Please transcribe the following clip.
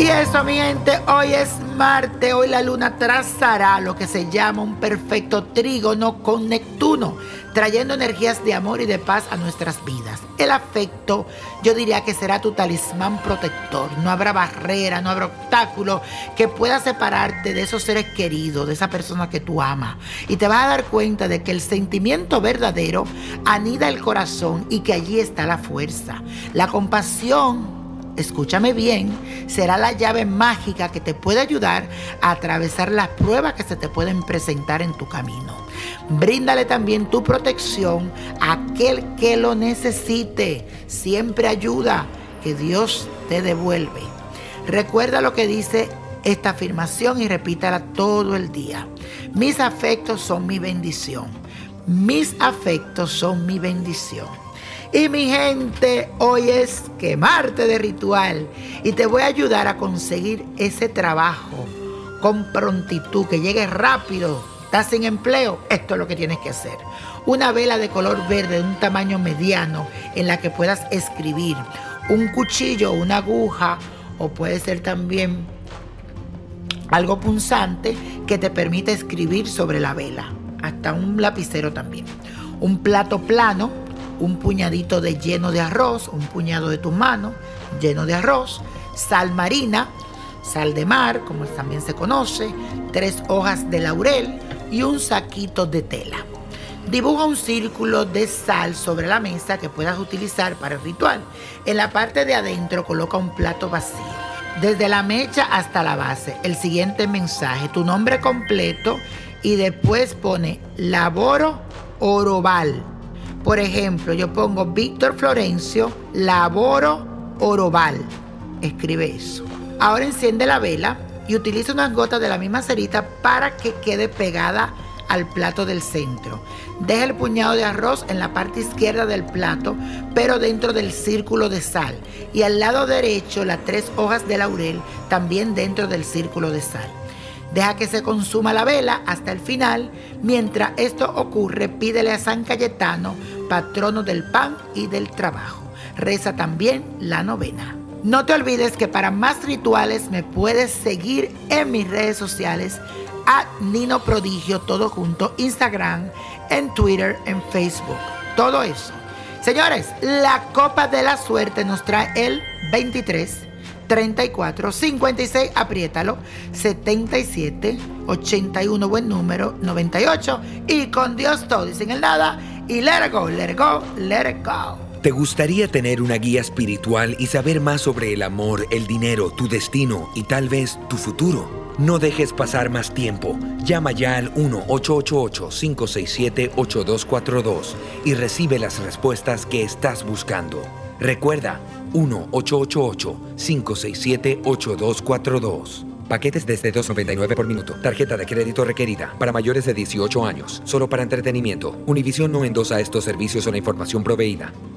Y eso, mi gente, hoy es Marte, hoy la luna trazará lo que se llama un perfecto trígono con Neptuno, trayendo energías de amor y de paz a nuestras vidas. El afecto, yo diría que será tu talismán protector. No habrá barrera, no habrá obstáculo que pueda separarte de esos seres queridos, de esa persona que tú amas. Y te vas a dar cuenta de que el sentimiento verdadero anida el corazón y que allí está la fuerza. La compasión, escúchame bien, será la llave mágica que te puede ayudar a atravesar las pruebas que se te pueden presentar en tu camino. Bríndale también tu protección a aquel que lo necesite. Siempre ayuda que Dios te devuelve. Recuerda lo que dice esta afirmación y repítala todo el día. Mis afectos son mi bendición. Mis afectos son mi bendición. Y mi gente, hoy es que Marte de ritual y te voy a ayudar a conseguir ese trabajo con prontitud, que llegue rápido. ¿Estás sin empleo? Esto es lo que tienes que hacer. Una vela de color verde de un tamaño mediano en la que puedas escribir. Un cuchillo, una aguja o puede ser también algo punzante que te permita escribir sobre la vela. Hasta un lapicero también. Un plato plano. Un puñadito de lleno de arroz, un puñado de tu mano lleno de arroz, sal marina, sal de mar, como también se conoce, 3 hojas de laurel y un saquito de tela. Dibuja un círculo de sal sobre la mesa que puedas utilizar para el ritual. En la parte de adentro coloca un plato vacío. Desde la mecha hasta la base, el siguiente mensaje, tu nombre completo y después pone Laboro Oroval. Por ejemplo, yo pongo Víctor Florencio Laboro Oroval. Escribe eso. Ahora enciende la vela y utiliza unas gotas de la misma cerita para que quede pegada al plato del centro. Deja el puñado de arroz en la parte izquierda del plato, pero dentro del círculo de sal. Y al lado derecho, las 3 hojas de laurel también dentro del círculo de sal. Deja que se consuma la vela hasta el final. Mientras esto ocurre, pídele a San Cayetano, patrono del pan y del trabajo. Reza también la novena. No te olvides que para más rituales me puedes seguir en mis redes sociales @Nino Prodigio, todo junto, Instagram, en Twitter, en Facebook. Todo eso. Señores, la copa de la suerte nos trae el 23, 34, 56, apriétalo, 77, 81, buen número, 98, y con Dios todo y sin el nada, y let it go, let it go, let it go. ¿Te gustaría tener una guía espiritual y saber más sobre el amor, el dinero, tu destino y tal vez tu futuro? No dejes pasar más tiempo. Llama ya al 1-888-567-8242 y recibe las respuestas que estás buscando. Recuerda, 1-888-567-8242. Paquetes desde $2.99 por minuto. Tarjeta de crédito requerida para mayores de 18 años. Solo para entretenimiento. Univision no endosa estos servicios o la información proveída.